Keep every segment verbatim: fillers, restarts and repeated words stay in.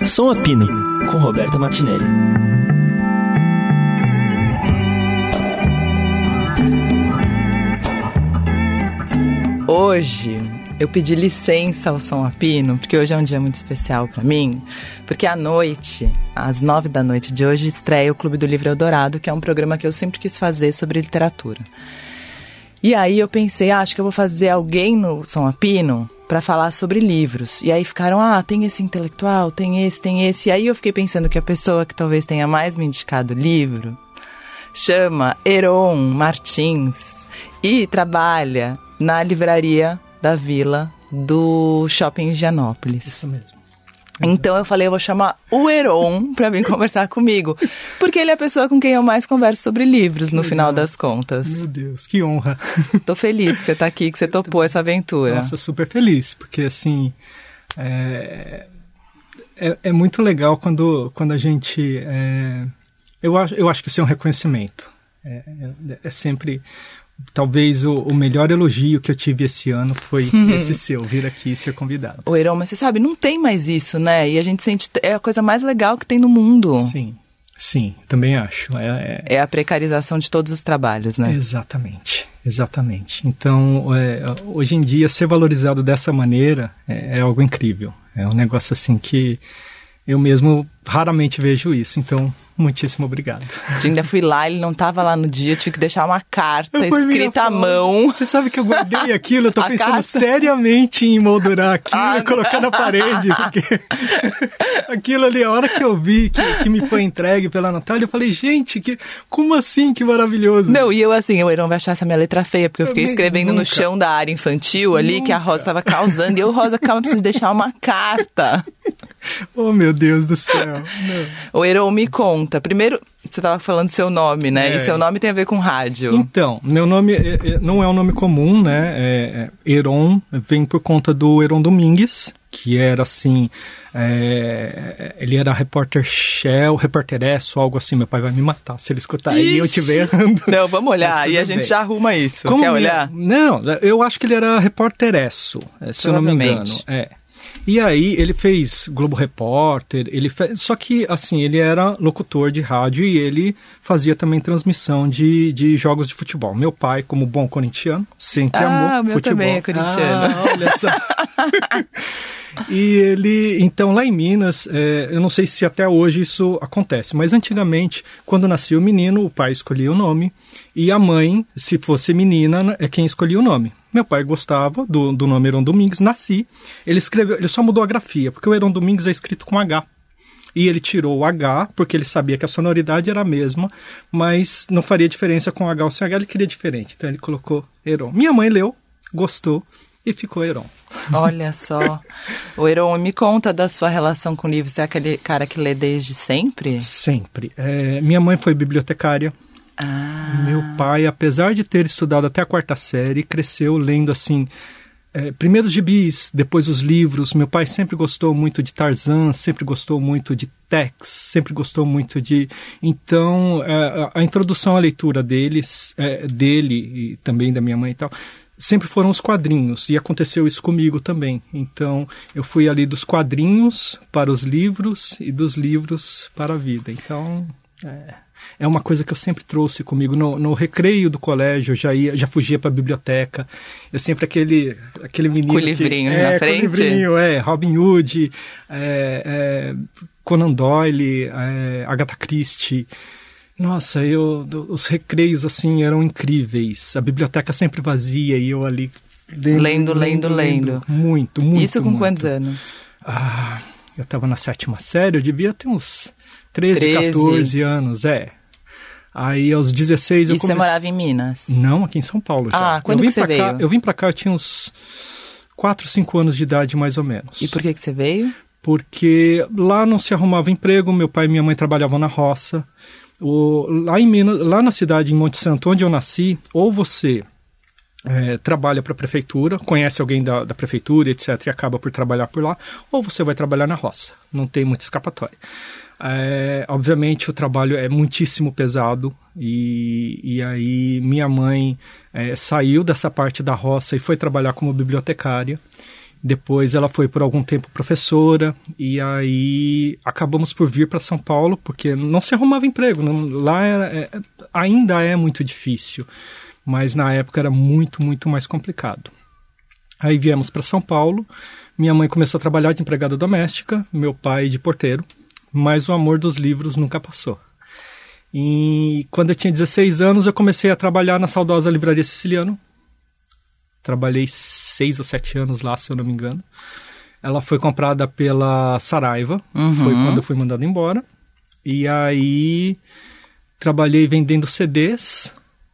Som a Pino, com Roberta Martinelli. Hoje eu pedi licença ao Som a Pino, porque hoje é um dia muito especial pra mim, porque à noite, às nove da noite de hoje, estreia o Clube do Livro Eldorado, que é um programa que eu sempre quis fazer sobre literatura. E aí eu pensei, ah, acho que eu vou fazer alguém no Som a Pino para falar sobre livros. E aí ficaram, ah, tem esse intelectual, tem esse, tem esse. E aí eu fiquei pensando que a pessoa que talvez tenha mais me indicado o livro chama Heron Martins e trabalha na livraria da Vila do Shopping Higienópolis. Isso mesmo. Então eu falei, eu vou chamar o Heron pra vir conversar comigo, porque ele é a pessoa com quem eu mais converso sobre livros, no final das contas. Meu Deus, que honra. Tô feliz que você tá aqui, que você topou essa aventura. Nossa, super feliz, porque assim, é, é, é muito legal quando, quando a gente, é, eu, acho, eu acho que isso é um reconhecimento, é, é, é sempre... Talvez o, o melhor elogio que eu tive esse ano foi esse seu, vir aqui e ser convidado. O Heron, mas você sabe, não tem mais isso, né? E a gente sente, é a coisa mais legal que tem no mundo. Sim, sim, também acho. É, é... é a precarização de todos os trabalhos, né? Exatamente, exatamente. Então, é, hoje em dia, ser valorizado dessa maneira é, é algo incrível. É um negócio assim que eu mesmo raramente vejo isso, então... Muitíssimo obrigado. Eu ainda fui lá, ele não estava lá no dia, eu tive que deixar uma carta escrita à mão. Você sabe que eu guardei aquilo, eu tô A pensando carta? seriamente em emoldurar aquilo Ah, e colocar na parede, porque aquilo ali, a hora que eu vi que, que me foi entregue pela Natália, eu falei, gente, que, como assim, que maravilhoso. Não, e eu assim, o Heron vai achar essa minha letra feia, porque eu fiquei Eu escrevendo nunca. no chão da área infantil ali, Nunca. que a Rosa estava causando, e eu, Rosa, calma, preciso deixar uma carta. Oh, meu Deus do céu. Não. O Heron, me conta, primeiro, você estava falando seu nome, né? É. E seu nome tem a ver com rádio. Então, meu nome é, é, não é um nome comum, né? É, é, Heron vem por conta do Heron Domingues, que era assim, é, ele era repórter shell, repórteresso, algo assim. Meu pai vai me matar se ele escutar aí eu estiver errando. Não, vamos olhar, Mas e a tudo gente bem. já arruma isso. Como Quer minha- olhar? Não, eu acho que ele era repórteresso, se eu não me engano. Provavelmente. É. E aí ele fez Globo Repórter, ele fe... só que assim, ele era locutor de rádio e ele fazia também transmissão de, de jogos de futebol. Meu pai, como bom corintiano, sempre Ah, amou o meu futebol. também é corintiano. Ah, olha só. E ele, então lá em Minas, é, eu não sei se até hoje isso acontece, mas antigamente, quando nascia o menino, o pai escolhia o nome e a mãe, se fosse menina, é quem escolhia o nome. Meu pai gostava do, do nome Heron Domingues, nasci, ele escreveu, ele só mudou a grafia, porque o Heron Domingues é escrito com H. E ele tirou o H, porque ele sabia que a sonoridade era a mesma, mas não faria diferença com o H ou sem H, ele queria diferente, então ele colocou Heron. Minha mãe leu, gostou e ficou Heron. Olha só. O Heron, me conta da sua relação com livros. Você é aquele cara que lê desde sempre? Sempre. É, minha mãe foi bibliotecária. Ah. Meu pai, apesar de ter estudado até a quarta série, cresceu lendo assim, é, primeiro os gibis, depois os livros. Meu pai sempre gostou muito de Tarzan, sempre gostou muito de Tex, sempre gostou muito de... Então, é, a introdução à leitura deles, é, dele e também da minha mãe e tal, sempre foram os quadrinhos, e aconteceu isso comigo também. Então, eu fui ali dos quadrinhos para os livros e dos livros para a vida. Então, é, é uma coisa que eu sempre trouxe comigo. No, no recreio do colégio, eu já, ia, já fugia para a biblioteca. Eu sempre aquele, aquele menino... Com o livrinho que, na é, frente? Com o livrinho, é. Robin Hood, é, é, Conan Doyle, é, Agatha Christie... Nossa, eu, os recreios, assim, eram incríveis. A biblioteca sempre vazia e eu ali... Lendo, lendo, lendo. lendo. Muito, muito, Isso com muito. quantos anos? Ah, eu estava na sétima série, eu devia ter uns treze, treze. quatorze anos, é. Aí, aos dezesseis... E eu você comecei... morava em Minas? Não, aqui em São Paulo já. Ah, quando eu vim que você pra veio? Cá, eu vim pra cá, eu tinha uns quatro, cinco anos de idade, mais ou menos. E por que que você veio? Porque lá não se arrumava emprego, meu pai e minha mãe trabalhavam na roça. O, lá em Minas, lá na cidade, em Monte Santo, onde eu nasci, ou você é, trabalha para a prefeitura, conhece alguém da, da prefeitura, etcétera, e acaba por trabalhar por lá, ou você vai trabalhar na roça. Não tem muita escapatória. É, obviamente o trabalho é muitíssimo pesado e, e aí minha mãe é, saiu dessa parte da roça e foi trabalhar como bibliotecária. Depois ela foi por algum tempo professora e aí acabamos por vir para São Paulo porque não se arrumava emprego. Não, lá era, é, ainda é muito difícil, mas na época era muito, muito mais complicado. Aí viemos para São Paulo, minha mãe começou a trabalhar de empregada doméstica, meu pai de porteiro, mas o amor dos livros nunca passou. E quando eu tinha dezesseis anos eu comecei a trabalhar na saudosa Livraria Siciliano. Trabalhei seis ou sete anos lá, se eu não me engano. Ela foi comprada pela Saraiva, uhum. Foi quando eu fui mandado embora. E aí trabalhei vendendo C Ds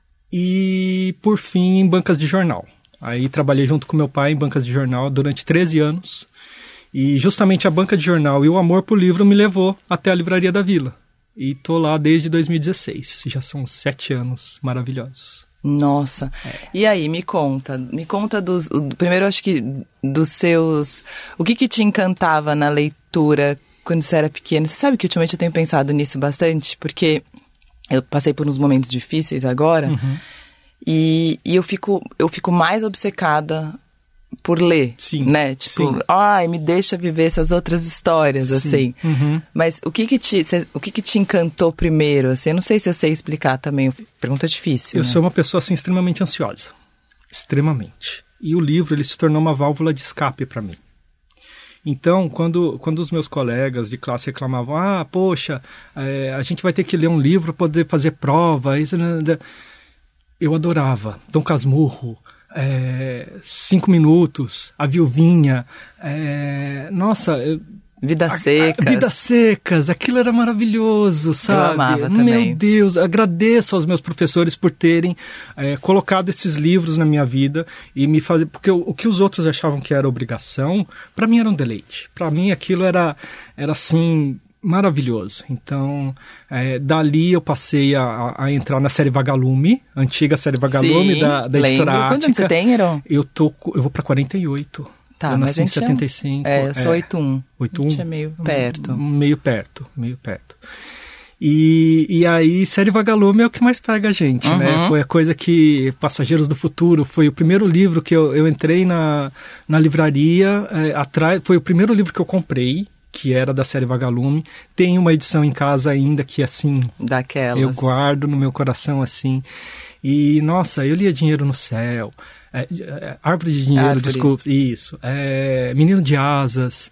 e, por fim, em bancas de jornal. Aí trabalhei junto com meu pai em bancas de jornal durante treze anos. E justamente a banca de jornal e o amor por livro me levou até a Livraria da Vila. E tô lá desde dois mil e dezesseis. Já são sete anos maravilhosos. Nossa. É. E aí, me conta. Me conta dos... Primeiro, acho que dos seus... O que que te encantava na leitura quando você era pequena? Você sabe que ultimamente eu tenho pensado nisso bastante? Porque eu passei por uns momentos difíceis agora. Uhum. E, e eu, fico, eu fico mais obcecada por ler, sim, né? Tipo, ai, me deixa viver essas outras histórias, sim. Assim. Uhum. Mas o que que te, cê, o que que te encantou primeiro, assim? Eu não sei se eu sei explicar também, pergunta difícil. Eu né? sou uma pessoa, assim, extremamente ansiosa. Extremamente. E o livro, ele se tornou uma válvula de escape para mim. Então, quando, quando os meus colegas de classe reclamavam, ah, poxa, é, a gente vai ter que ler um livro para poder fazer prova, isso, eu adorava Dom Casmurro, É, cinco minutos, A Viuvinha, é, nossa... Vidas Secas. Vidas Secas, aquilo era maravilhoso, sabe? Eu amava também. Meu Deus, agradeço aos meus professores por terem é, colocado esses livros na minha vida e me fazer... Porque o, o que os outros achavam que era obrigação, para mim era um deleite. Para mim aquilo era, era assim... maravilhoso. Então, é, dali eu passei a, a entrar na série Vagalume, antiga série Vagalume. Sim, da, da editora Ática. Quantos anos você tem, Heron? Eu, tô, eu vou para quarenta e oito. Tá, eu mas nasci em setenta e cinco. É, eu sou oitenta e um. oitenta e um? A gente é meio perto. Meio perto, meio perto. E, e aí, série Vagalume é o que mais pega a gente, uhum. Né? Foi a coisa que... Passageiros do Futuro foi o primeiro livro que eu, eu entrei na, na livraria, é, atrás, foi o primeiro livro que eu comprei, que era da série Vagalume. Tem uma edição em casa ainda que, assim... Daquelas. Eu guardo no meu coração, assim. E, nossa, eu lia Dinheiro no Céu. É, é, Árvore de Dinheiro, Árvore. Desculpa. Isso. É, Menino de Asas.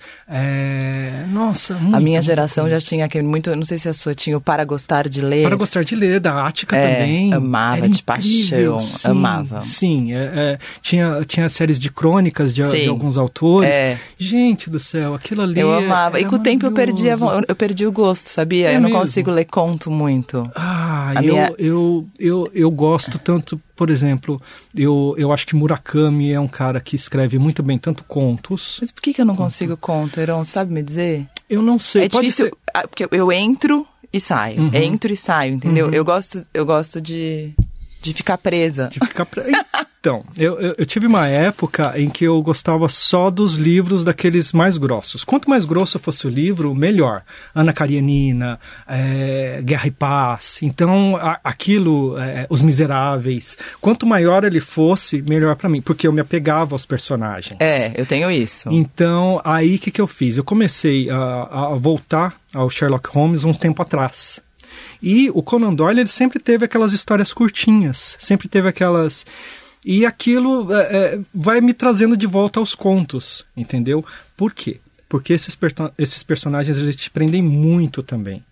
É, nossa, muito. A minha geração já tinha aquele muito... Não sei se a sua tinha o Para Gostar de Ler. Para Gostar de Ler, da Ática é, também. Amava, era de incrível. Paixão. Sim, amava. Sim. É, é, tinha, tinha séries de crônicas de, de alguns autores. É. Gente do céu, aquilo ali... Eu amava. E com o tempo eu perdi, a, eu perdi o gosto, sabia? É eu não mesmo? Consigo ler conto muito. Ah, eu, minha... eu, eu, eu gosto tanto... Por exemplo, eu, eu acho que Murakami é um cara que escreve muito bem tanto contos... Mas por que, que eu não consigo conto, Heron? Sabe me dizer? Eu não sei. É Pode difícil, ser... porque eu entro e saio. Uhum. Entro e saio, entendeu? Uhum. Eu gosto, eu gosto de, de ficar presa. De ficar presa. Então, eu, eu, eu tive uma época em que eu gostava só dos livros daqueles mais grossos. Quanto mais grosso fosse o livro, melhor. Ana Karenina, é, Guerra e Paz. Então, a, aquilo, é, Os Miseráveis. Quanto maior ele fosse, melhor para mim. Porque eu me apegava aos personagens. É, eu tenho isso. Então, aí o que, que eu fiz? Eu comecei a, a voltar ao Sherlock Holmes uns tempo atrás. E o Conan Doyle, ele sempre teve aquelas histórias curtinhas. Sempre teve aquelas... E aquilo é, vai me trazendo de volta aos contos, entendeu? Por quê? Porque esses, esses personagens eles te prendem muito também.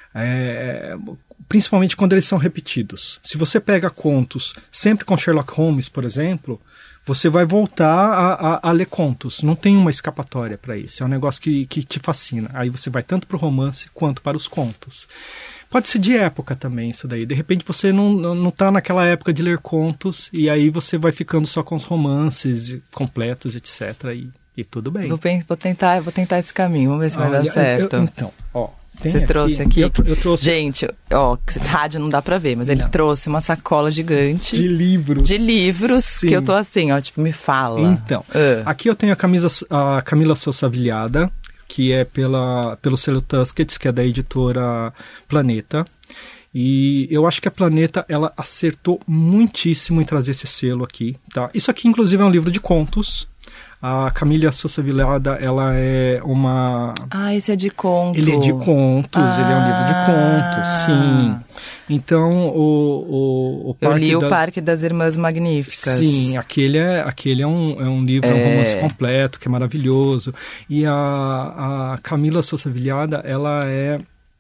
É, principalmente quando eles são repetidos. Se você pega contos sempre com Sherlock Holmes, por exemplo, você vai voltar a, a, a ler contos. Não tem uma escapatória para isso. É um negócio que, que te fascina. Aí você vai tanto para o romance quanto para os contos. Pode ser de época também isso daí. De repente você não, não tá naquela época de ler contos e aí você vai ficando só com os romances completos, etcétera. E, e tudo bem. Vou, vou, tentar, vou tentar esse caminho, vamos ver se vai Olha, dar certo. Eu, então, ó. Você aqui, trouxe aqui? Eu, eu trouxe... Gente, ó, rádio não dá pra ver, mas ele não. trouxe uma sacola gigante. De livros. De livros, Sim. que eu tô assim, ó, tipo, me fala. Então, uh. aqui eu tenho a, camisa, a Camila Sousa Vilhada, que é pela, pelo selo Tusquets, que é da editora Planeta. E eu acho que a Planeta, ela acertou muitíssimo em trazer esse selo aqui, tá? Isso aqui, inclusive, é um livro de contos. A Camila Sousa Vilhada, ela é uma... Ah, esse é de conto. Ele é de contos, ah. ele é um livro de contos, sim. Então, o, o, o Eu Parque li da... o Parque das Irmãs Magníficas. Sim, aquele é, aquele é, um, é um livro, é um romance completo, que é maravilhoso. E a, a Camila Sousa Vilhada, ela é,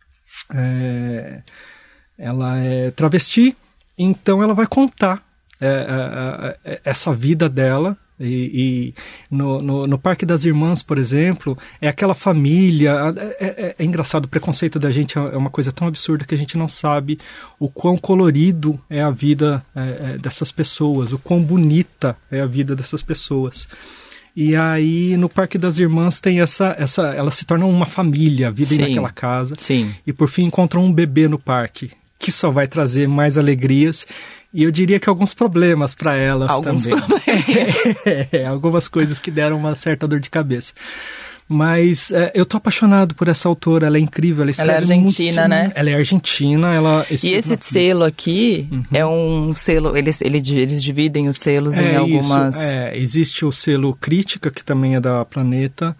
é, ela é travesti, então ela vai contar é, é, é, essa vida dela. E, e no, no, no Parque das Irmãs, por exemplo, é aquela família. É, é, é engraçado, o preconceito da gente é uma coisa tão absurda que a gente não sabe o quão colorido é a vida é, é, dessas pessoas, o quão bonita é a vida dessas pessoas. E aí no Parque das Irmãs tem essa, essa elas se tornam uma família, vivem sim, naquela casa. Sim. E por fim encontram um bebê no parque, que só vai trazer mais alegrias. E eu diria que alguns problemas para elas alguns também. Alguns problemas. É, algumas coisas que deram uma certa dor de cabeça. Mas é, eu tô apaixonado por essa autora, ela é incrível. Ela, ela é argentina, muito, né? Ela é argentina. Ela e esse selo aqui uhum. é um selo, eles, eles, eles dividem os selos é em algumas... Isso, é, existe o selo Crítica, que também é da Planeta.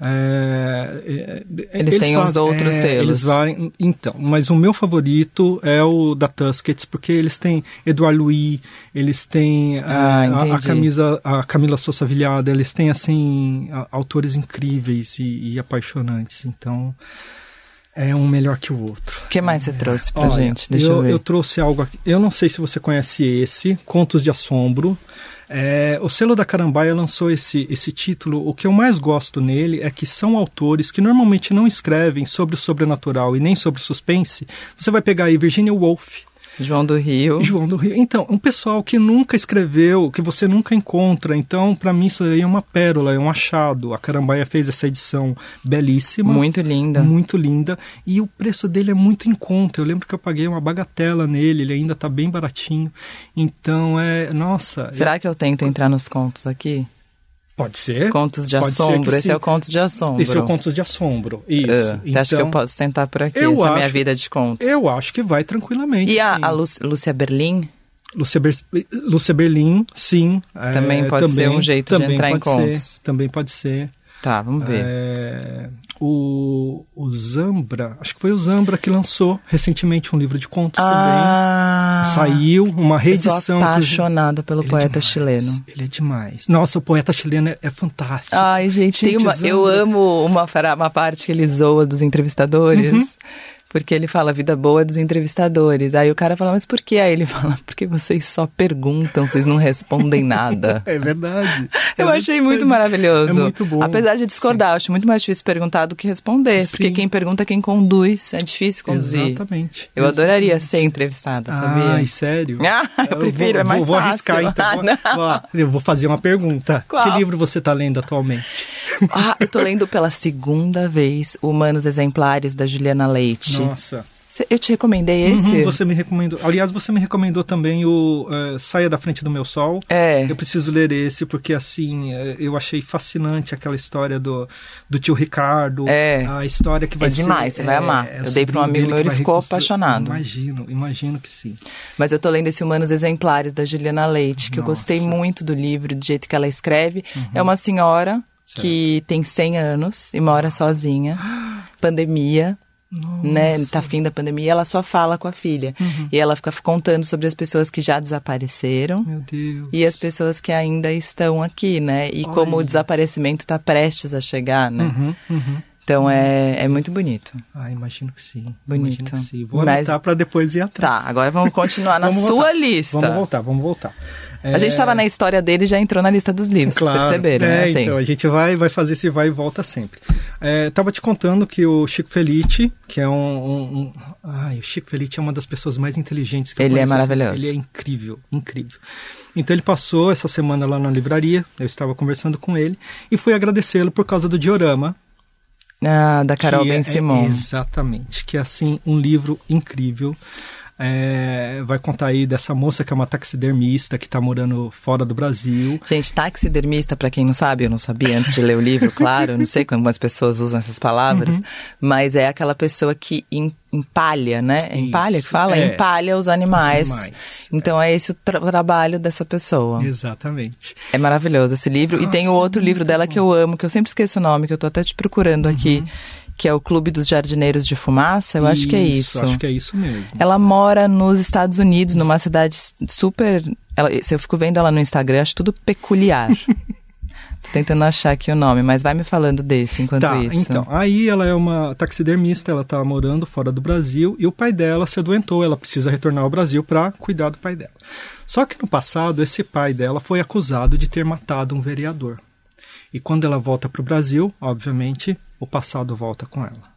É, eles, eles têm fazem, os outros é, selos. Eles vai, então, mas o meu favorito é o da Tusquets, porque eles têm Edouard Louis, eles têm ah, a, a, camisa, a Camila Sousa Vilhada, eles têm assim autores incríveis e, e apaixonantes. Então é um melhor que o outro. O que mais você trouxe pra Olha, gente? Deixa eu, eu ver. Eu trouxe algo aqui. Eu não sei se você conhece esse, Contos de Assombro. É, o selo da Carambaia lançou esse, esse título. O que eu mais gosto nele é que são autores que normalmente não escrevem sobre o sobrenatural e nem sobre o suspense. Você vai pegar aí Virginia Woolf, João do Rio. João do Rio. Então, um pessoal que nunca escreveu, que você nunca encontra. Então, para mim, isso aí é uma pérola, é um achado. A Carambaia fez essa edição belíssima. Muito linda. Muito linda. E o preço dele é muito em conta. Eu lembro que eu paguei uma bagatela nele, ele ainda tá bem baratinho. Então, é... Nossa... Será eu... que eu tento entrar nos contos aqui? Pode ser. Contos de Pode Assombro. Esse sim. é o Contos de Assombro. Esse é o Contos de Assombro. Isso. Uh, você então, acha que eu posso tentar por aqui? Eu essa acho, é a minha vida de contos. Eu acho que vai tranquilamente. E a, sim. a Lu, Lúcia Berlim? Lúcia, Ber, Lúcia Berlim, sim. Também é, pode também, ser um jeito de entrar em contos. Ser, também pode ser. Tá, vamos ver. É, o, o Zambra, acho que foi o Zambra que lançou recentemente um livro de contos ah, também. Saiu uma reedição. Eu sou apaixonada pelo ele poeta é chileno. Ele é demais. Nossa, o poeta chileno é, é fantástico. Ai, gente, tem uma, eu amo uma, uma parte que ele zoa dos entrevistadores. Uhum. Porque ele fala vida boa dos entrevistadores. Aí o cara fala, mas por que? Aí ele fala, porque vocês só perguntam, vocês não respondem nada. É verdade. Eu é achei muito, muito maravilhoso. É muito bom. Apesar de discordar, eu acho muito mais difícil perguntar do que responder. Sim. Porque quem pergunta é quem conduz. É difícil conduzir. Exatamente. Eu Exatamente. adoraria ser entrevistada, sabia? Ai, sério? Ah, eu, eu prefiro, vou, é mais vou, vou fácil. Vou arriscar, então. Ah, vou, ó, eu vou fazer uma pergunta. Qual? Que livro você está lendo atualmente? Ah, eu tô lendo pela segunda vez Humanos Exemplares, da Juliana Leite. Nossa. Eu te recomendei esse? Uhum, você me recomendou. Aliás, você me recomendou também o uh, Saia da Frente do Meu Sol. É. Eu preciso ler esse, porque assim, uh, eu achei fascinante aquela história do, do tio Ricardo. É. A história que vai ser... É demais, ser, você vai é, amar. Eu dei para um amigo meu, ele ficou apaixonado. Imagino, imagino que sim. Mas eu tô lendo esse Humanos Exemplares, da Juliana Leite, que Nossa. Eu gostei muito do livro, do jeito que ela escreve. Uhum. É uma senhora certo. Que tem cem anos e mora sozinha. Pandemia. Nossa. Né, tá fim da pandemia, ela só fala com a filha. Uhum. E ela fica contando sobre as pessoas que já desapareceram. Meu Deus. E as pessoas que ainda estão aqui, né? E Olha. Como o desaparecimento tá prestes a chegar, né? Uhum, uhum. Então é, é muito bonito. Ah, imagino que sim. Bonito. Que sim. Vou Mas... anotar para depois ir atrás. Tá, agora vamos continuar na vamos sua voltar. lista. Vamos voltar, vamos voltar. É... A gente estava na história dele e já entrou na lista dos livros, claro. Vocês perceberam, é, né? Assim. Então, a gente vai, vai fazer esse vai e volta sempre. É, tava te contando que o Chico Felitti, que é um... um, um... Ai, o Chico Felitti é uma das pessoas mais inteligentes que eu ele conheço. Ele é maravilhoso. Ele é incrível, incrível. Então ele passou essa semana lá na livraria, eu estava conversando com ele, e fui agradecê-lo por causa do diorama. Ah, da Carol Ben-Simon. É, exatamente, que é assim, um livro incrível. É, vai contar aí dessa moça que é uma taxidermista que está morando fora do Brasil. Gente, taxidermista, para quem não sabe, eu não sabia antes de ler o livro, claro, eu não sei como as pessoas usam essas palavras, uhum. mas é aquela pessoa que empalha, né? É empalha que fala? É, empalha os animais. Os animais. Então é, é esse o tra- trabalho dessa pessoa. Exatamente. É maravilhoso esse livro. Nossa, e tem o outro livro dela bom. que eu amo, que eu sempre esqueço o nome, que eu tô até te procurando uhum. aqui, que é o Clube dos Jardineiros de Fumaça, eu isso, acho que é isso. Acho que é isso mesmo. Ela mora nos Estados Unidos, numa cidade super... Ela, se eu fico vendo ela no Instagram, acho tudo peculiar. Tô tentando achar aqui o nome, mas vai me falando desse enquanto tá, isso. Então, aí ela é uma taxidermista, ela tá morando fora do Brasil e o pai dela se adoentou, ela precisa retornar ao Brasil para cuidar do pai dela. Só que no passado, esse pai dela foi acusado de ter matado um vereador. E quando ela volta para o Brasil, obviamente, o passado volta com ela.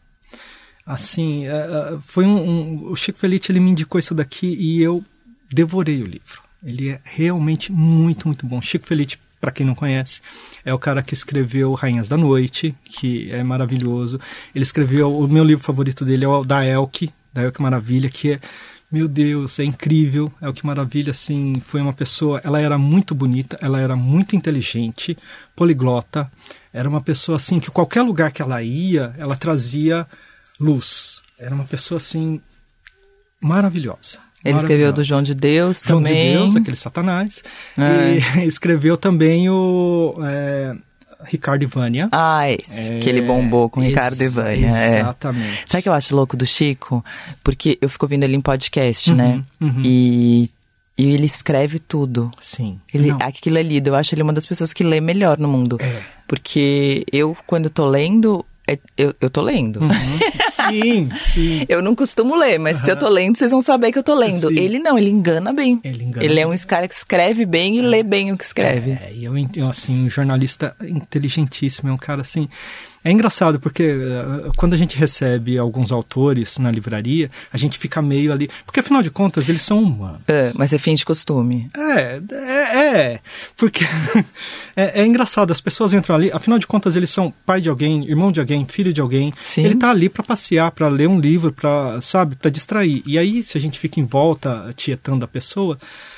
Assim, foi um, um, o Chico Felitti ele me indicou isso daqui e eu devorei o livro. Ele é realmente muito, muito bom. Chico Felitti, para quem não conhece, é o cara que escreveu Rainhas da Noite, que é maravilhoso. Ele escreveu, o meu livro favorito dele é o da Elke, da Elke Maravilha, que é, meu Deus, é incrível. Elke Maravilha, assim, foi uma pessoa, ela era muito bonita, ela era muito inteligente, poliglota, era uma pessoa, assim, que qualquer lugar que ela ia, ela trazia luz. Era uma pessoa, assim, maravilhosa. Ele escreveu do João de Deus João também. João de Deus, aquele Satanás. É. E escreveu também o é, Ricardo e Vânia. Ah, esse, é, que ele bombou com o Ricardo e Vânia. Exatamente. É. Sabe o que eu acho louco do Chico? Porque eu fico ouvindo ele em podcast, uhum, né? Uhum. E, e ele escreve tudo. Sim. Ele, aquilo é lido. Eu acho ele uma das pessoas que lê melhor no mundo. É. Porque eu, quando tô lendo... É, eu, eu tô lendo. Uhum. Sim, sim. Eu não costumo ler, mas uhum. se eu tô lendo, vocês vão saber que eu tô lendo. Sim. Ele não, ele engana bem. Ele engana Ele bem. é um cara que escreve bem e é. lê bem o que escreve. É, e eu, eu, assim, um jornalista inteligentíssimo, é um cara assim... É engraçado, porque uh, quando a gente recebe alguns autores na livraria, a gente fica meio ali... Porque, afinal de contas, eles são humanos. É, mas é fim de costume. É, é, é. Porque é, é engraçado, as pessoas entram ali, afinal de contas, eles são pai de alguém, irmão de alguém, filho de alguém. Sim. Ele tá ali para passear, para ler um livro, para, sabe, para distrair. E aí, se a gente fica em volta, tietando a pessoa,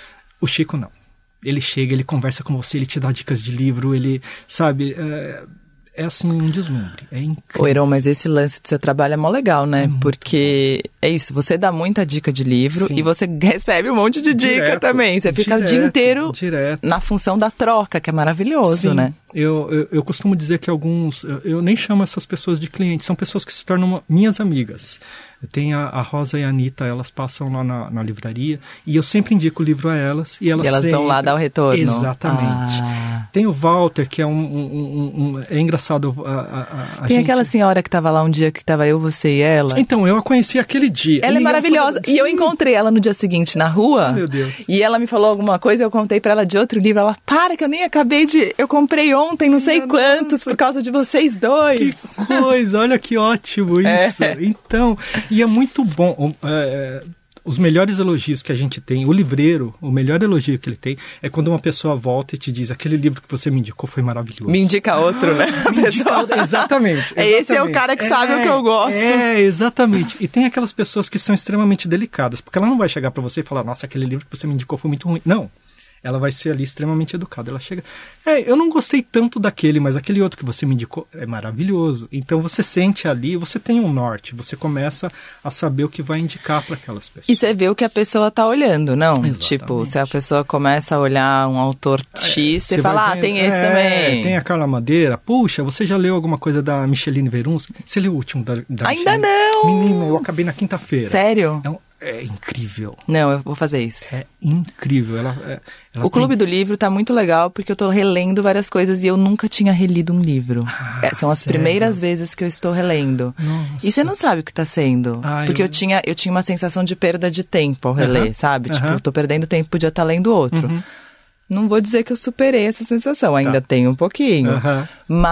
o Chico não. Ele chega, ele conversa com você, ele te dá dicas de livro, ele, sabe... É, É assim, um deslumbre, é incrível. Ô, Heron, mas esse lance do seu trabalho é mó legal, né? É Porque bom. É isso, você dá muita dica de livro. Sim. E você recebe um monte de dica direto, também. Você fica direto, o dia inteiro direto. Na função da troca, que é maravilhoso, Sim. né? Eu, eu, eu costumo dizer que alguns... Eu, eu nem chamo essas pessoas de clientes, são pessoas que se tornam minhas amigas. Tem a, a Rosa e a Anitta, elas passam lá na, na livraria e eu sempre indico o livro a elas. E elas, e elas sempre... vão lá dar o retorno. Exatamente. Ah. Tem o Walter, que é um... um, um, um é engraçado. A, a, a Tem gente... aquela senhora que estava lá um dia, que estava eu, você e ela. Então, eu a conheci aquele dia. Ela e é maravilhosa. Falei, e eu encontrei ela no dia seguinte na rua. Oh, meu Deus. E ela me falou alguma coisa, eu contei pra ela de outro livro. Ela, para que eu nem acabei de... Eu comprei ontem não sei Nossa. quantos por causa de vocês dois. Que coisa, olha que ótimo isso. É. Então, e é muito bom. É, os melhores elogios que a gente tem, o livreiro, o melhor elogio que ele tem é quando uma pessoa volta e te diz, aquele livro que você me indicou foi maravilhoso. Me indica outro, né? Me indica, exatamente, exatamente. É, esse é o cara que é, sabe o que eu gosto. É, exatamente. E tem aquelas pessoas que são extremamente delicadas, porque ela não vai chegar pra você e falar, nossa, aquele livro que você me indicou foi muito ruim. Não. Ela vai ser ali extremamente educada. Ela chega, é, eu não gostei tanto daquele, mas aquele outro que você me indicou é maravilhoso. Então você sente ali, você tem um norte, você começa a saber o que vai indicar para aquelas pessoas. E você vê o que a pessoa tá olhando, não? Exatamente. Tipo, se a pessoa começa a olhar um autor X, é, você, você fala, ah, tem esse é, também. Tem a Carla Madeira. Puxa, você já leu alguma coisa da Micheline Verunsky? Você leu o último da, da Ainda Micheline? não! Menina, eu acabei na quinta-feira. Sério? É um, É incrível. Não, eu vou fazer isso. É incrível. Ela, ela o tem... Clube do Livro tá muito legal porque eu tô relendo várias coisas e eu nunca tinha relido um livro. Ah, é, são as sério? primeiras vezes que eu estou relendo. Nossa. E você não sabe o que tá sendo. Ah, porque eu... eu tinha eu tinha uma sensação de perda de tempo ao reler, uh-huh. sabe? Uh-huh. Tipo, eu tô perdendo tempo, podia estar lendo outro. Uh-huh. Não vou dizer que eu superei essa sensação, ainda tá. tenho um pouquinho. Uh-huh.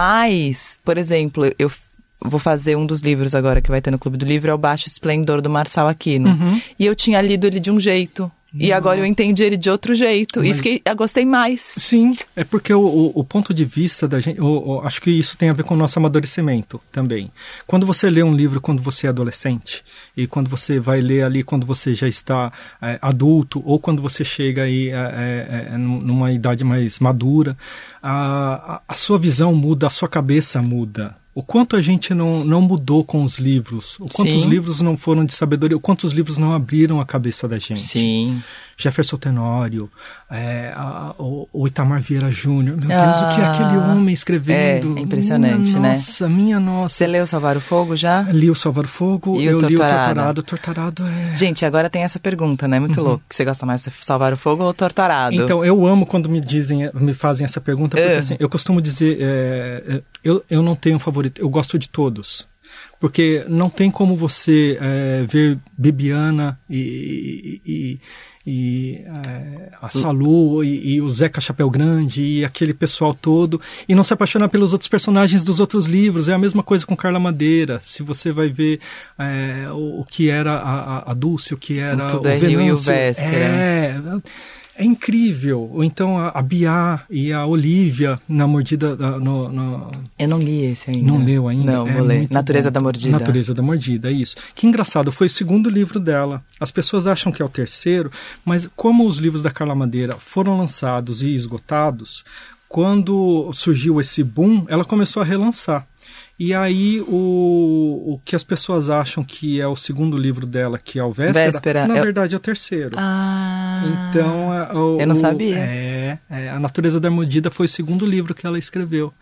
Mas, por exemplo, eu vou fazer um dos livros agora que vai ter no Clube do Livro, é o Baixo Esplendor, do Marçal Aquino. Uhum. E eu tinha lido ele de um jeito. E não. Agora eu entendi ele de outro jeito. Mas... E fiquei, eu gostei mais. Sim, é porque o, o, o ponto de vista da gente... O, o, acho que isso tem a ver com o nosso amadurecimento também. Quando você lê um livro quando você é adolescente, e quando você vai ler ali quando você já está é, adulto, ou quando você chega aí é, é, é, numa idade mais madura, a, a, a sua visão muda, a sua cabeça muda. O quanto a gente não, não mudou com os livros, o quanto Sim. os livros não foram de sabedoria, o quanto os livros não abriram a cabeça da gente. Sim. Jefferson Tenório, é, a, o, o Itamar Vieira Júnior, meu Deus, ah, o que é aquele homem escrevendo? É, é impressionante, minha né? Nossa, minha nossa. Você leu Salvar o Fogo já? Li o Salvar o Fogo, e eu o li o Torturado. O Torturado é... Gente, agora tem essa pergunta, né? Muito uhum. louco. Você gosta mais de Salvar o Fogo ou Torturado? Então, eu amo quando me dizem, me fazem essa pergunta, porque uh. assim, eu costumo dizer, é, eu, eu não tenho um favorito, eu gosto de todos. Porque não tem como você é, ver Bibiana e... e, e e é, a Salu e, e o Zeca Chapéu Grande e aquele pessoal todo e não se apaixonar pelos outros personagens dos outros livros. É a mesma coisa com Carla Madeira. Se você vai ver é, o, o que era a, a Dulce, o que era o, o é Venâncio, e o Véspera. É, é incrível. Ou então a, a Biá e a Olivia na Mordida... No, no... Eu não li esse ainda. Não leu ainda? Não, é vou ler. Natureza bom. da Mordida. Natureza da Mordida, é isso. Que engraçado, foi o segundo livro dela. As pessoas acham que é o terceiro, mas como os livros da Carla Madeira foram lançados e esgotados, quando surgiu esse boom, ela começou a relançar. E aí, o, o que as pessoas acham que é o segundo livro dela, que é o Véspera, Véspera na eu... verdade é o terceiro. Ah, então, o, eu não sabia. É, é, A Natureza da Mordida foi o segundo livro que ela escreveu.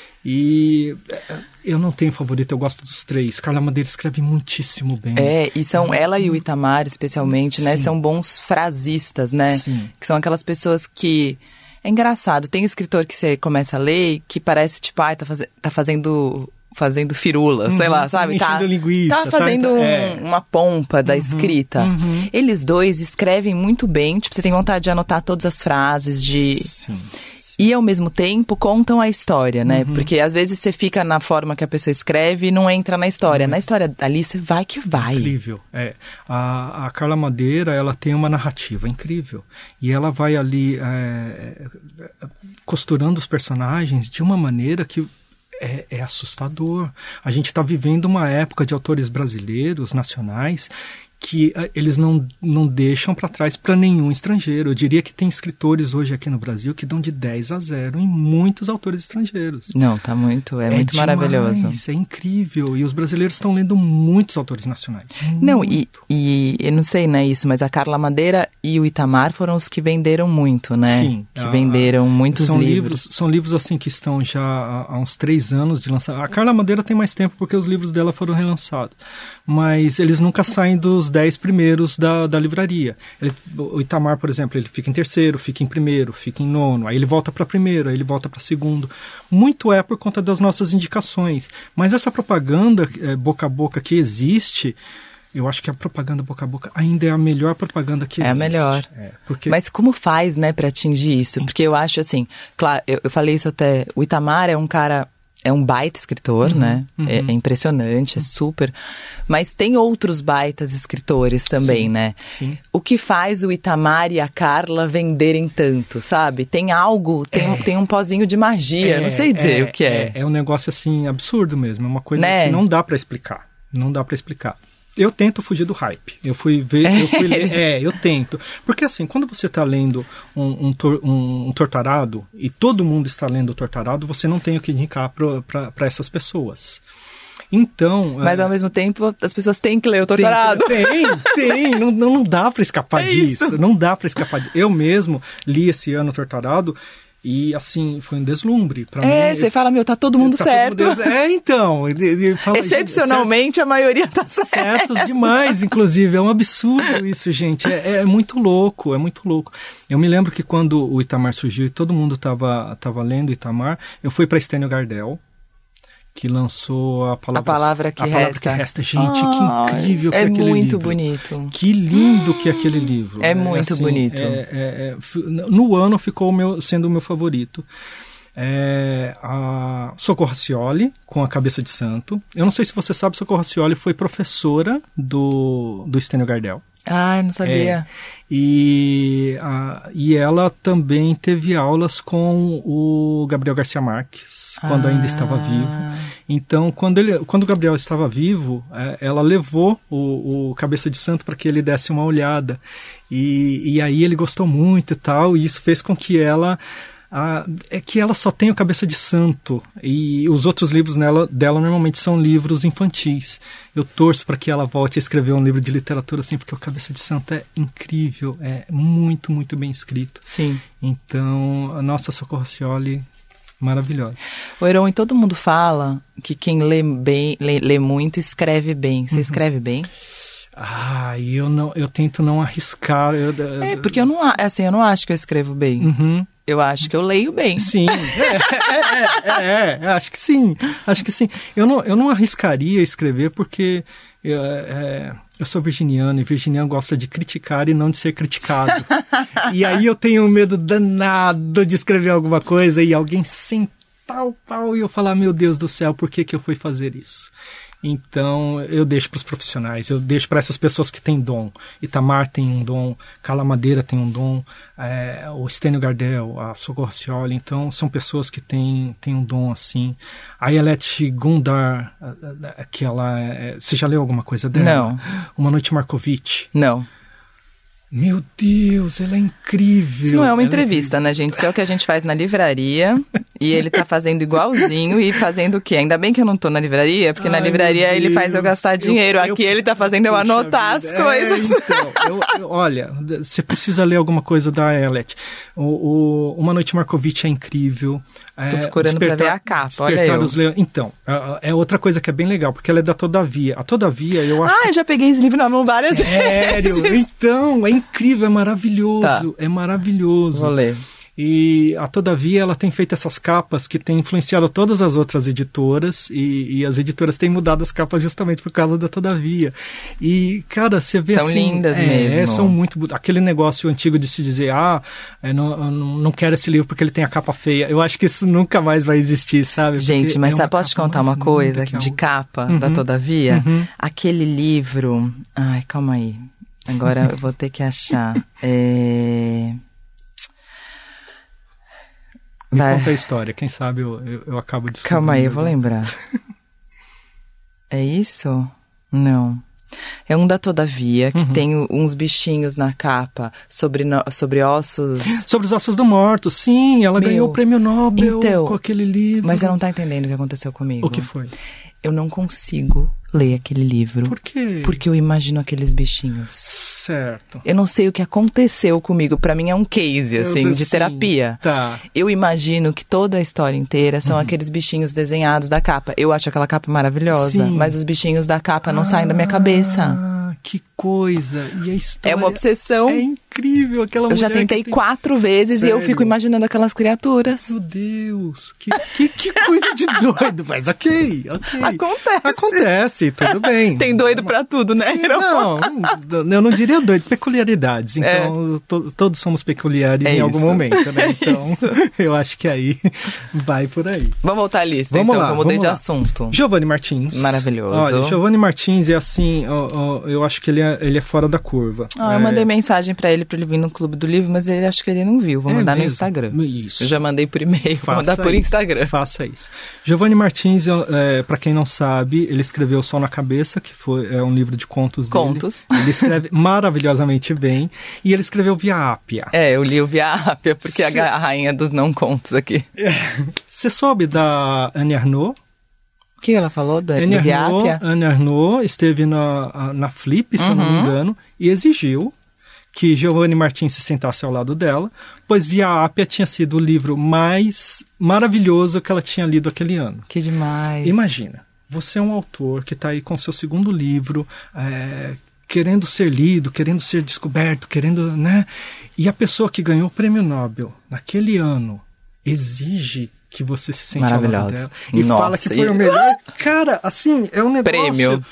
E eu não tenho favorito, eu gosto dos três. Carla Madeira escreve muitíssimo bem. É, e são ela e o Itamar, especialmente, né? Sim. São bons frasistas, né? Sim. Que são aquelas pessoas que... É engraçado, tem escritor que você começa a ler que parece, tipo, ai, tá, faz... tá fazendo... fazendo firula, uhum, sei lá, sabe? Tá, linguiça, tá fazendo tá, um, é. uma pompa da uhum, escrita. Uhum. Eles dois escrevem muito bem, tipo, você tem vontade de anotar todas as frases, de... Sim, sim. E, ao mesmo tempo, contam a história, né? Uhum. Porque, às vezes, você fica na forma que a pessoa escreve e não entra na história. Uhum. Na história ali, você vai que vai. Incrível, é. A, a Carla Madeira, ela tem uma narrativa incrível. E ela vai ali é, costurando os personagens de uma maneira que... É, é assustador. A gente está vivendo uma época de autores brasileiros, nacionais, que uh, eles não, não deixam para trás para nenhum estrangeiro. Eu diria que tem escritores hoje aqui no Brasil que dão de dez a zero em muitos autores estrangeiros. Não, tá muito, é, é muito demais, maravilhoso. É incrível. E os brasileiros estão lendo muitos autores nacionais. Não, e, e eu não sei, né, isso, mas a Carla Madeira e o Itamar foram os que venderam muito, né? Sim. Que a, venderam muitos são livros. livros. São livros, assim, que estão já há, há uns três anos de lançamento. A Carla Madeira tem mais tempo porque os livros dela foram relançados. Mas eles nunca saem dos dez primeiros da, da livraria. Ele, o Itamar, por exemplo, ele fica em terceiro, fica em primeiro, fica em nono, aí ele volta para primeiro, aí ele volta para segundo. Muito é por conta das nossas indicações. Mas essa propaganda é, boca a boca que existe, eu acho que a propaganda boca a boca ainda é a melhor propaganda que é existe. É a melhor. É, porque... Mas como faz, né, para atingir isso? Porque eu acho assim, claro, eu, eu falei isso até, o Itamar é um cara... É um baita escritor, uhum, né? Uhum. É, é impressionante, é super. Mas tem outros baitas escritores também, sim, né? Sim. O que faz o Itamar e a Carla venderem tanto, sabe? Tem algo, tem, é. um, tem um pozinho de magia, é, não sei dizer é, o que é. é. É um negócio, assim, absurdo mesmo. É uma coisa, né, que não dá pra explicar. Não dá pra explicar. Eu tento fugir do hype. Eu fui ver, eu fui ler, é, eu tento. Porque assim, quando você está lendo um, um, tor, um, um Torturado e todo mundo está lendo o Torturado, você não tem o que indicar para essas pessoas. Então... Mas é, ao mesmo tempo, as pessoas têm que ler o Torturado. Tem, tem, tem. não, não dá para escapar é disso. Isso. Não dá para escapar disso. Eu mesmo li esse ano o Torturado. E, assim, foi um deslumbre pra é, mim. você fala, meu, tá todo mundo tá certo. Todo mundo... É, então. Ele, ele fala, excepcionalmente, certo, a maioria tá certo. Certos demais, inclusive. É um absurdo isso, gente. É, é muito louco, é muito louco. Eu me lembro que quando o Itamar surgiu e todo mundo tava, tava lendo Itamar, eu fui pra Stênio Gardel, que lançou a palavra, a palavra que a resta. Palavra que resta. Gente, ah, que incrível que é aquele livro. É muito bonito. Que lindo que é aquele livro. É muito assim, bonito. É, é, é, no ano ficou o meu, sendo o meu favorito. É, a Socorro Racioli, com A Cabeça de Santo. Eu não sei se você sabe, Socorro Racioli foi professora do, do Stênio Gardel. Ah, eu não sabia. É, e, a, e ela também teve aulas com o Gabriel Garcia Marques, quando ah. ainda estava vivo. Então, quando, ele, quando o Gabriel estava vivo, é, ela levou o, o Cabeça de Santo para que ele desse uma olhada. E, e aí ele gostou muito e tal, e isso fez com que ela... Ah, é que ela só tem o Cabeça de Santo, e os outros livros nela, dela normalmente são livros infantis. Eu torço para que ela volte a escrever um livro de literatura assim, porque o Cabeça de Santo é incrível, é muito, muito bem escrito. Sim. Então, a nossa Socorro Cioli, maravilhosa. O Heron, e todo mundo fala que quem lê bem, lê, lê muito, escreve bem. Você uhum. escreve bem? Ah, eu, não, eu tento não arriscar. Eu, é, porque eu não, assim, eu não acho que eu escrevo bem. Uhum. Eu acho que eu leio bem. Sim, é, é, é, é, acho que sim, acho que sim. Eu não, eu não arriscaria escrever porque eu, é, eu sou virginiano e virginiano gosta de criticar e não de ser criticado. E aí eu tenho um medo danado de escrever alguma coisa e alguém sentar o pau e eu falar, meu Deus do céu, por que que eu fui fazer isso? Então, eu deixo para os profissionais, eu deixo para essas pessoas que têm dom. Itamar tem um dom, Carla Madeira tem um dom, é, o Stênio Gardel, a Socorro Cioli. Então, são pessoas que têm, têm um dom assim. A Yelete Gundar, que ela é, você já leu alguma coisa dela? Não. Uma Noite Markovitch? Não. Meu Deus, ela é incrível. Isso não é uma ela entrevista, é né, gente? Isso é o que a gente faz na livraria e ele tá fazendo igualzinho e fazendo o quê? Ainda bem que eu não tô na livraria, porque Ai, na livraria ele faz eu gastar dinheiro. Eu, Aqui eu, ele tá fazendo eu anotar vida. as coisas. É, então, eu, eu, olha, você precisa ler alguma coisa da Yelete. O, o, Uma Noite Markovitch é incrível. Tô procurando pra ver a capa, olha eu. Os Le... Então, é outra coisa que é bem legal, porque ela é da Todavia. A Todavia, eu acho... Ah, eu já peguei esse livro na mão várias Sério? vezes. Então, é incrível, é maravilhoso. Tá. É maravilhoso. Vou ler. E a Todavia, ela tem feito essas capas que têm influenciado todas as outras editoras e, e as editoras têm mudado as capas justamente por causa da Todavia. E, cara, você vê são assim... São lindas é, mesmo. São muito... Aquele negócio antigo de se dizer, ah, eu não, eu não quero esse livro porque ele tem a capa feia. Eu acho que isso nunca mais vai existir, sabe? Porque Gente, mas é sabe, posso te contar uma coisa de a... capa uhum. da Todavia? Uhum. Aquele livro... Ai, calma aí. Agora eu vou ter que achar. É... Me Vai. conta a história, quem sabe eu, eu, eu acabo de... Calma aí, eu vou lembrar. É isso? Não. É um da Todavia, que uhum. tem uns bichinhos na capa sobre, no, sobre ossos... Sobre os ossos do morto, sim, ela Meu, ganhou o prêmio Nobel então, com aquele livro. Mas você não tá entendendo o que aconteceu comigo. O que foi? Eu não consigo ler aquele livro. Por quê? Porque eu imagino aqueles bichinhos. Certo. Eu não sei o que aconteceu comigo. Pra mim é um case, assim, eu, de assim, terapia. Tá. Eu imagino que toda a história inteira são uhum. aqueles bichinhos desenhados da capa. Eu acho aquela capa maravilhosa, Sim. mas os bichinhos da capa não ah, saem da minha cabeça. Que coisa. E a história... É uma obsessão. É incrível aquela mulher. Eu já tentei tem... quatro vezes Sério? e eu fico imaginando aquelas criaturas. Meu Deus. Que, que, que coisa de doido. Mas ok, ok. Acontece. Acontece, tudo bem. Tem doido pra tudo, né? Sim, não, eu não diria doido, peculiaridades. Então, é. to, todos somos peculiares é em isso. algum momento, né? Então, é eu acho que aí vai por aí. Vamos voltar à lista, vamos então, lá, que eu mudei vamos de lá. assunto. Giovanni Martins. Maravilhoso. Olha, Giovanni Martins é assim, ó, ó, eu acho que ele é, ele é fora da curva. Ah, é... eu mandei mensagem pra ele pra ele vir no Clube do Livro, mas ele acho que ele não viu. Vou é mandar mesmo? no Instagram. Isso. Eu já mandei por e-mail, vou mandar por isso. Instagram. Faça isso. Giovanni Martins, é, pra quem não sabe, ele escreveu Sol na Cabeça, que foi, é um livro de contos, contos. dele. Ele escreve maravilhosamente bem. E ele escreveu Via Ápia. É, eu li o Via Ápia, porque Cê... é a rainha dos não contos aqui. Você soube da Anne Arnaud? O que ela falou do, Anne do Via Arnaud, Ápia? Anne Arnaud esteve na, na Flip, se uhum. eu não me engano, e exigiu que Giovanni Martins se sentasse ao lado dela, pois Via Ápia tinha sido o livro mais maravilhoso que ela tinha lido aquele ano. Que demais. Imagina, você é um autor que está aí com seu segundo livro, é, querendo ser lido, querendo ser descoberto, querendo, né? E a pessoa que ganhou o prêmio Nobel naquele ano exige que você se sente ao lado dela e Nossa, fala que foi e... o melhor. Cara, assim, é um negócio... Prêmio.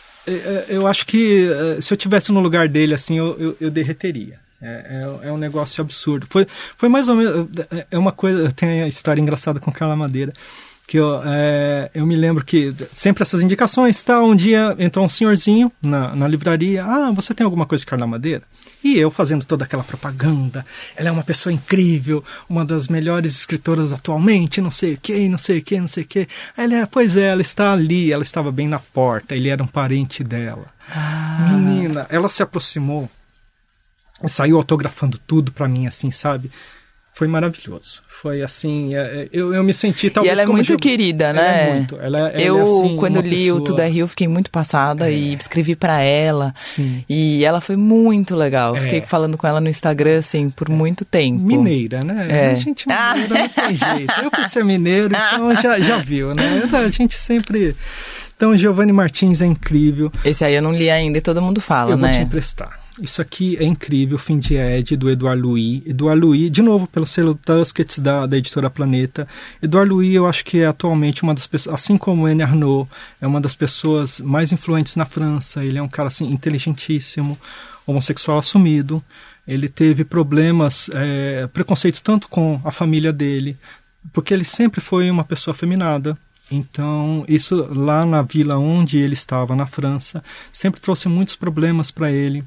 Eu acho que se eu tivesse no lugar dele, assim, eu, eu, eu derreteria. É, é, é um negócio absurdo. Foi, foi mais ou menos... É uma coisa... Tem a história engraçada com Carla Madeira, que eu, é, eu me lembro que sempre essas indicações, tá, um dia entrou um senhorzinho na, na livraria, ah, você tem alguma coisa de Carla Madeira? E eu fazendo toda aquela propaganda, ela é uma pessoa incrível, uma das melhores escritoras atualmente, não sei o que, não sei o que, não sei o que. Aí ele, pois é, ela está ali, ela estava bem na porta, ele era um parente dela. Ah. Menina, ela se aproximou, saiu autografando tudo pra mim, assim, sabe? Foi maravilhoso. Foi assim, eu, eu me senti talvez. E ela é como muito eu, querida, ela né? É muito. Ela, ela eu, é, assim, quando li pessoa... o Tudo é Rio, fiquei muito passada é. e escrevi pra ela. Sim. E ela foi muito legal. É. Fiquei falando com ela no Instagram, assim, por é. muito tempo. Mineira, né? É. A gente mineira não tem jeito. Eu, por ser mineiro, então já, já viu, né? A gente sempre... Então, Giovanni Martins é incrível. Esse aí eu não li ainda e todo mundo fala, eu né? Eu vou te emprestar. Isso aqui é incrível, Fim de Ed, do Edouard Louis. Edouard Louis, de novo, pelo selo Tusquets da, da editora Planeta. Edouard Louis, eu acho que é atualmente uma das pessoas, assim como Anne Arnaud, é uma das pessoas mais influentes na França. Ele é um cara, assim, inteligentíssimo, homossexual assumido. Ele teve problemas, é, preconceito tanto com a família dele, porque ele sempre foi uma pessoa afeminada. Então, isso lá na vila onde ele estava, na França, sempre trouxe muitos problemas para ele.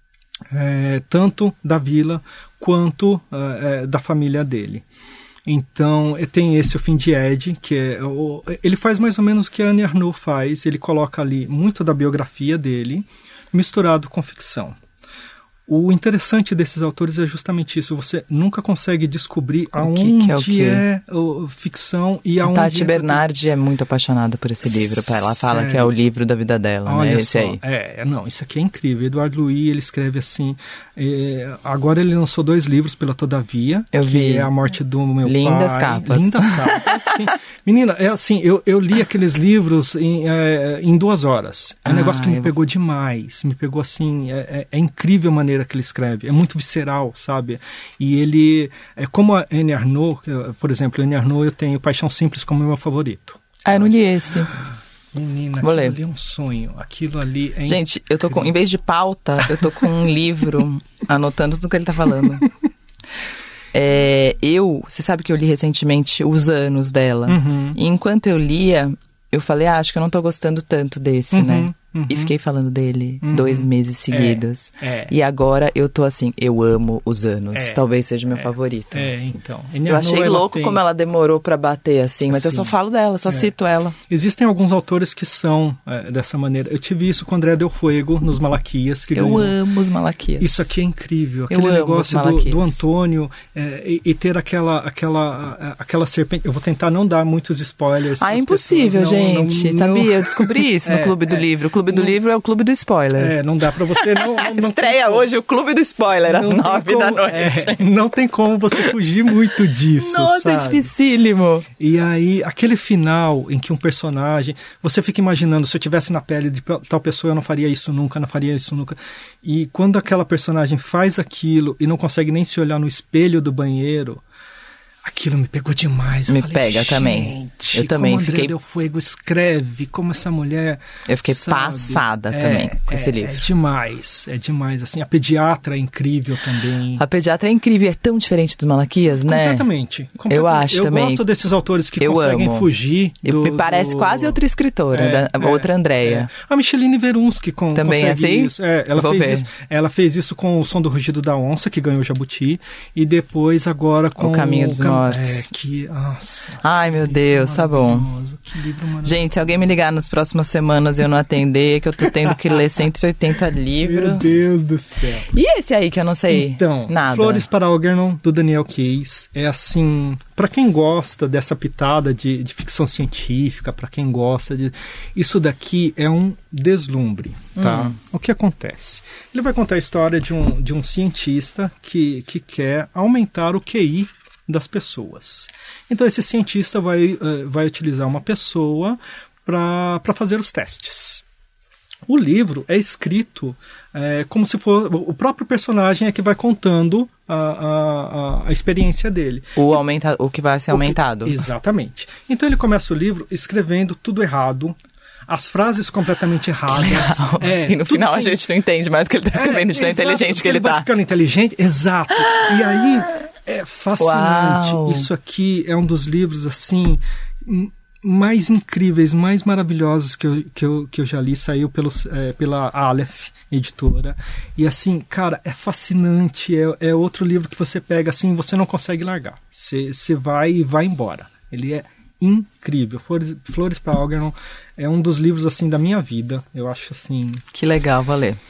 É, tanto da vila quanto é, da família dele. Então tem esse O Fim de Ed, que é o, ele faz mais ou menos o que a Anne Arnaud faz. Ele coloca ali muito da biografia dele misturado com ficção. O interessante desses autores é justamente isso. Você nunca consegue descobrir aonde que que é, o que? é o, ficção e aonde... A Tati é... Bernardi é muito apaixonada por esse livro. Ela fala Sério? que é o livro da vida dela, Olha né? Esse só. aí. É, não, isso aqui é incrível. Edouard Louis, ele escreve assim... É, agora ele lançou dois livros pela Todavia. Eu que vi. É A Morte do Meu Lindas Pai. Capas. Lindas capas. Sim. Menina, é assim, eu, eu li aqueles livros em, é, em duas horas. É um ah, negócio que me eu... pegou demais. Me pegou assim... É, é, é incrível a maneira que ele escreve. É muito visceral, sabe? E ele... É como a Anne Arnaud, por exemplo, Anne Arnaud, eu tenho Paixão Simples como meu favorito. Ah, eu não li esse. Menina, Vou aquilo ler. ali é um sonho. Aquilo ali é Gente, incrível. eu tô com... Em vez de pauta, eu tô com um livro anotando tudo que ele tá falando. É, eu... Você sabe que eu li recentemente Os Anos dela. Uhum. E enquanto eu lia, eu falei, ah, acho que eu não tô gostando tanto desse, uhum. né? Uhum. E fiquei falando dele uhum. dois meses seguidos. É, é. E agora eu tô assim, eu amo Os Anos. É, Talvez seja meu é, favorito. É, então. Eu achei louco tem... como ela demorou pra bater, assim. Mas Sim. eu só falo dela, só é. cito ela. Existem alguns autores que são é, dessa maneira. Eu tive isso com André Del Fuego, nos Malaquias. Que eu ganhou. amo os Malaquias. Isso aqui é incrível. Eu Aquele amo negócio do, do Antônio é, e, e ter aquela, aquela, aquela serpente. Eu vou tentar não dar muitos spoilers. Ah, é impossível, pessoas. gente. Não, não, Sabia? não... Eu descobri isso no é, Clube do é, Livro. O Clube do não... Livro é o Clube do Spoiler. É, não dá pra você... Não, não, não Estreia hoje o Clube do Spoiler, às nove da noite. É, não tem como você fugir muito disso, Nossa, sabe? é dificílimo. E aí, aquele final em que um personagem... Você fica imaginando, se eu tivesse na pele de tal pessoa, eu não faria isso nunca, não faria isso nunca. E quando aquela personagem faz aquilo e não consegue nem se olhar no espelho do banheiro... Aquilo me pegou demais. Eu me falei, pega também. Eu também como fiquei. André Del Fuego escreve, como essa mulher. Eu fiquei sabe? passada é, também com é, esse livro. É demais, é demais. Assim, a pediatra é incrível também. A pediatra é incrível, é tão diferente dos Malaquias, né? Completamente. completamente. Eu acho eu também. Eu gosto desses autores que eu conseguem amo. fugir. Do, me parece do... quase outra escritora, é, da, é, outra Andréia. É. A Micheline Verunsky com, também consegue assim? isso. É, ela Vou fez ver. isso. Ela fez isso com O Som do Rugido da Onça, que ganhou o Jabuti, e depois agora com O Caminho dos o Cam... Mortos. É, que Nossa, Ai, meu Deus, tá bom. Que livro maravilhoso. Gente, se alguém me ligar nas próximas semanas e eu não atender, é que eu tô tendo que ler cento e oitenta livros. Meu Deus do céu. E esse aí que eu não sei então, nada? Flores para Algernon, do Daniel Case. É assim, para quem gosta dessa pitada de, de ficção científica, para quem gosta de... Isso daqui é um deslumbre, tá? Hum. O que acontece? Ele vai contar a história de um, de um cientista que, que quer aumentar o Q I das pessoas. Então esse cientista vai, uh, vai utilizar uma pessoa para fazer os testes. O livro é escrito é, como se for o próprio personagem é que vai contando a, a, a experiência dele. O, aumenta, o que vai ser aumentado. Que, exatamente. Então ele começa o livro escrevendo tudo errado, as frases completamente erradas. É, e no final assim, a gente não entende mais o que ele está escrevendo, é, de tão exato, inteligente que ele está. Ele vai ficando inteligente, exato. E aí... É fascinante. Uau. Isso aqui é um dos livros, assim, mais incríveis, mais maravilhosos que eu, que eu, que eu já li. Saiu pelos, é, pela Aleph editora, e assim, cara, é fascinante, é, é outro livro que você pega assim, você não consegue largar, você, você vai e vai embora. Ele é incrível. Flores, Flores para Algernon é um dos livros assim da minha vida, eu acho assim... Que legal, vou ler.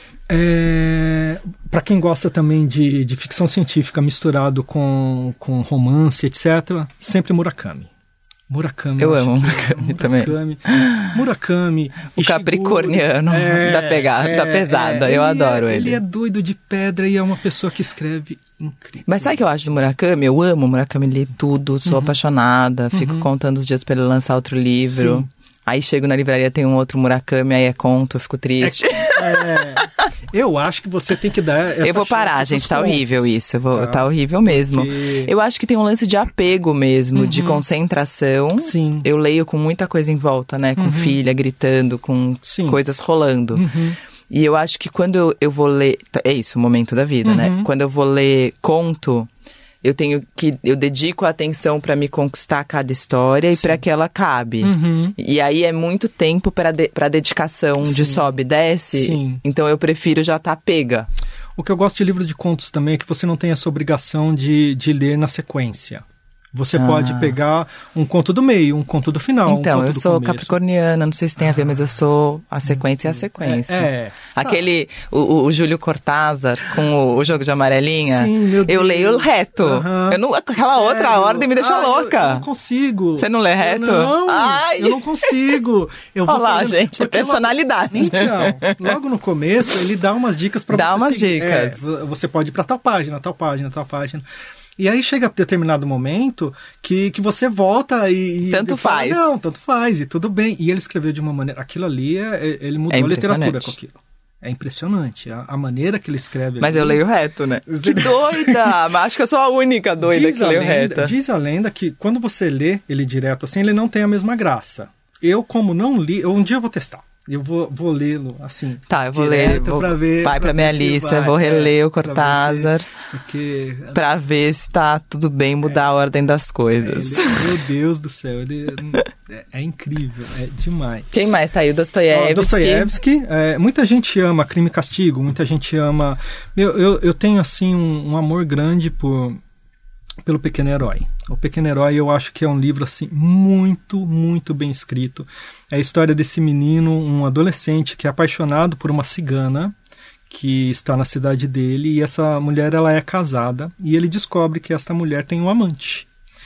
É, para quem gosta também de, de ficção científica misturado com, com romance, etcétera, sempre Murakami. Murakami. Eu, eu amo amo Murakami também. Murakami, Murakami o Ishiguro, capricorniano é, da, pegada, é, da pesada. É, eu ele adoro é, ele. Ele é doido de pedra e é uma pessoa que escreve incrível. Mas sabe o que eu acho do Murakami? Eu amo Murakami, li tudo, sou uhum. apaixonada, fico uhum. contando os dias para ele lançar outro livro. Sim. Aí chego na livraria, tem um outro Murakami, aí é conto, eu fico triste. É, é, eu acho que você tem que dar essa Eu vou parar, gente, tá horrível isso. Eu vou, tá. tá horrível mesmo. Porque... Eu acho que tem um lance de apego mesmo, uhum. de concentração. Sim. Eu leio com muita coisa em volta, né? Com uhum. filha gritando, com Sim. coisas rolando. Uhum. E eu acho que quando eu, eu vou ler... É isso, o momento da vida, uhum. né? Quando eu vou ler conto... Eu tenho que, eu dedico a atenção para me conquistar cada história Sim. e para que ela cabe. Uhum. E aí é muito tempo para de, para dedicação Sim. de sobe e desce. Sim. Então eu prefiro já estar tá pega. O que eu gosto de livro de contos também é que você não tem essa obrigação de, de ler na sequência. Você ah. pode pegar um conto do meio, um conto do final, então, um conto eu do sou começo. capricorniana, não sei se tem a ver, mas eu sou a sequência e a sequência. É. é. Aquele, o, o Júlio Cortázar com o, o Jogo de Amarelinha. Sim, meu Deus. Eu leio reto. Uhum. Eu não, aquela Sério? outra ordem me deixa ah, louca. Eu, eu não consigo. Você não lê reto? Eu não, Ai. eu não consigo. Eu vou Olha lá, fazendo, gente, é personalidade. Logo, então, logo no começo, ele dá umas dicas pra dá você Dá umas seguir. dicas. É, você pode ir pra tal página, tal página, tal página. E aí chega a determinado momento que, que você volta e... Tanto faz. Fala, não, tanto faz, e tudo bem. E ele escreveu de uma maneira... Aquilo ali, é, ele mudou é a literatura com aquilo. É impressionante a, a maneira que ele escreve. Mas ali. eu leio reto, né? Que doida! Mas acho que eu sou a única doida diz que leio reto. Diz a lenda que quando você lê ele direto assim, ele não tem a mesma graça. Eu, como não li... Eu, um dia eu vou testar. Eu vou, vou lê-lo assim. Tá, eu vou ler. Vou, pra ver, vai pra, pra minha lista, vai, vou reler é, o Cortázar. Pra, porque... pra ver se tá tudo bem mudar é, a ordem das coisas. É, ele, meu Deus do céu, ele é, é incrível, é demais. Quem mais tá aí? O Dostoiévski. Oh, Dostoiévski, é, muita gente ama Crime e Castigo, muita gente ama... Eu, eu, eu tenho, assim, um, um amor grande por... pelo Pequeno Herói. O Pequeno Herói eu acho que é um livro assim muito, muito bem escrito. É a história desse menino, um adolescente que é apaixonado por uma cigana que está na cidade dele, e essa mulher ela é casada e ele descobre que esta mulher tem um amante.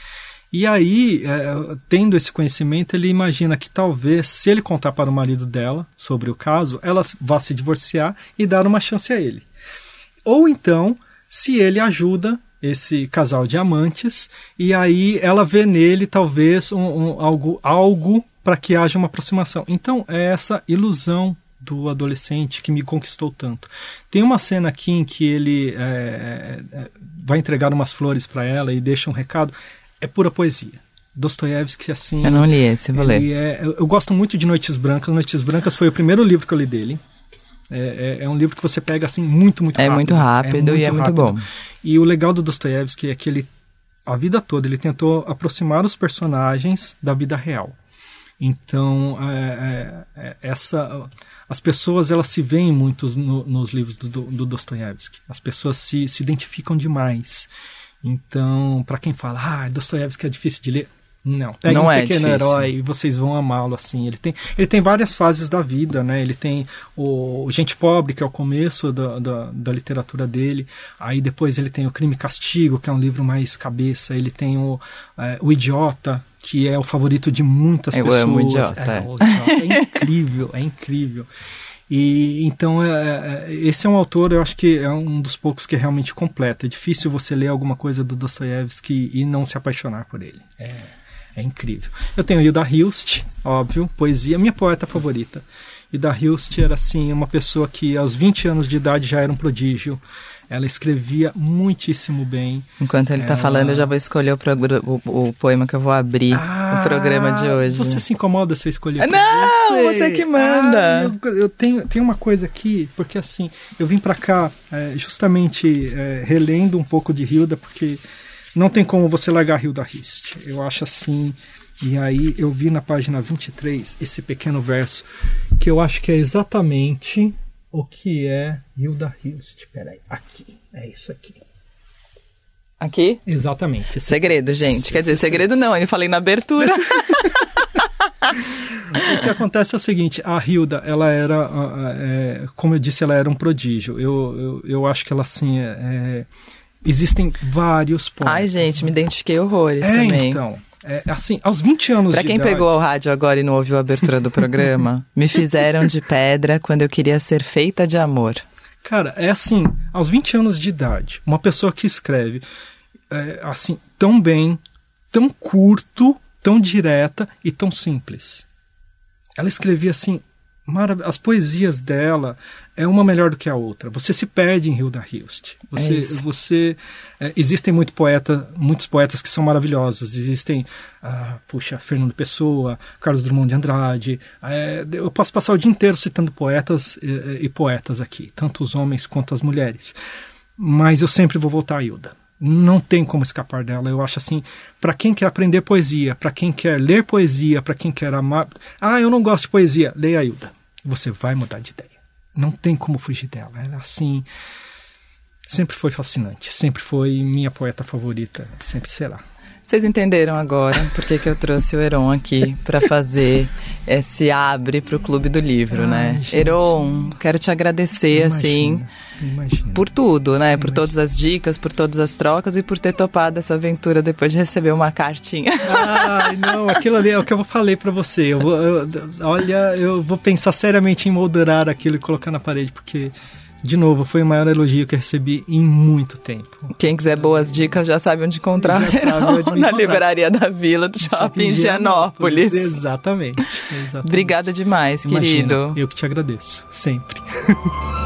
E aí, é, tendo esse conhecimento, ele imagina que talvez, se ele contar para o marido dela sobre o caso, ela vá se divorciar e dar uma chance a ele. Ou então, se ele ajuda esse casal de amantes, e aí ela vê nele talvez um, um, algo, algo para que haja uma aproximação. Então é essa ilusão do adolescente que me conquistou tanto. Tem uma cena aqui em que ele é, é, vai entregar umas flores para ela e deixa um recado. É pura poesia. Dostoiévski, assim... Eu não li esse, vou ler. É, eu, eu gosto muito de Noites Brancas. Noites Brancas foi o primeiro livro que eu li dele. É, é, é um livro que você pega assim muito, muito é rápido. Muito rápido. É muito e é rápido. muito bom. E o legal do Dostoiévski é que ele, a vida toda, ele tentou aproximar os personagens da vida real. Então, é, é, essa, as pessoas elas se veem muito no, nos livros do, do Dostoiévski. As pessoas se, se identificam demais. Então, para quem fala, ah, Dostoiévski é difícil de ler, não. Pega não um é Pequeno difícil. Herói e vocês vão amá-lo, assim. Ele tem, ele tem várias fases da vida, né? Ele tem o Gente Pobre, que é o começo da, da, da literatura dele. Aí depois ele tem o Crime e Castigo, que é um livro mais cabeça. Ele tem o, é, o Idiota, que é o favorito de muitas Eu pessoas. amo o Idiota. É, o Idiota. É incrível, é incrível. E então é, esse é um autor, eu acho que é um dos poucos que é realmente completo. É difícil você ler alguma coisa do Dostoiévski e não se apaixonar por ele. É... É incrível. Eu tenho Hilda Hilst, óbvio, poesia, minha poeta favorita. Hilda Hilst era, assim, uma pessoa que aos vinte anos de idade já era um prodígio. Ela escrevia muitíssimo bem. Enquanto ele está ela... falando, eu já vou escolher o, progr... o, o poema que eu vou abrir ah, o programa de hoje. Você se incomoda se eu escolher? Não, você, você que manda. Ah, eu, eu tenho, tenho uma coisa aqui, porque assim, eu vim para cá é, justamente é, relendo um pouco de Hilda, porque... Não tem como você largar Hilda Hilst. Eu acho assim E aí eu vi na página vinte e três esse pequeno verso que eu acho que é exatamente o que é Hilda Hilst. Peraí, aqui, é isso aqui. Aqui? Exatamente. Segredo, gente. Quer dizer, segredo não, eu falei na abertura. O que acontece é o seguinte, a Hilda, ela era, é, como eu disse, ela era um prodígio. Eu, eu, eu acho que ela, assim, é, é, existem vários poetas. Ai, gente, me identifiquei horrores é, também. então, é, assim, aos vinte anos pra de quem idade... pegou o rádio agora e não ouviu a abertura do programa, me fizeram de pedra quando eu queria ser feita de amor. Cara, é assim, aos vinte anos de idade, uma pessoa que escreve, é, assim, tão bem, tão curto, tão direta e tão simples. Ela escrevia assim, marav- as poesias dela é uma melhor do que a outra. Você se perde em Hilda Hilst. Você, é isso. você, é, existem muito poeta, muitos poetas que são maravilhosos. Existem, ah, puxa, Fernando Pessoa, Carlos Drummond de Andrade. É, eu posso passar o dia inteiro citando poetas e, e poetas aqui, tanto os homens quanto as mulheres. Mas eu sempre vou voltar a Hilda. Não tem como escapar dela. Eu acho assim, para quem quer aprender poesia, para quem quer ler poesia, para quem quer amar... Ah, eu não gosto de poesia. Leia a Hilda. Você vai mudar de ideia. Não tem como fugir dela. Ela, assim, sempre foi fascinante. Sempre foi minha poeta favorita. Sempre será. Vocês entenderam agora por que que eu trouxe o Heron aqui para fazer esse abre para o Clube do Livro, ah, né? Gente. Heron, quero te agradecer, imagina, assim, imagina. por tudo, né? Imagina. Por todas as dicas, por todas as trocas e por ter topado essa aventura depois de receber uma cartinha. Ai, não, aquilo ali é o que eu falei para você. Eu vou, eu, olha, eu vou pensar seriamente em moldurar aquilo e colocar na parede, porque... De novo, foi o maior elogio que eu recebi em muito tempo. Quem quiser boas dicas já sabe onde encontrar. Já sabe onde me na encontrar. Livraria da Vila do Shopping Higienópolis. Exatamente, exatamente. Obrigada demais, Imagina, querido. Eu que te agradeço, sempre.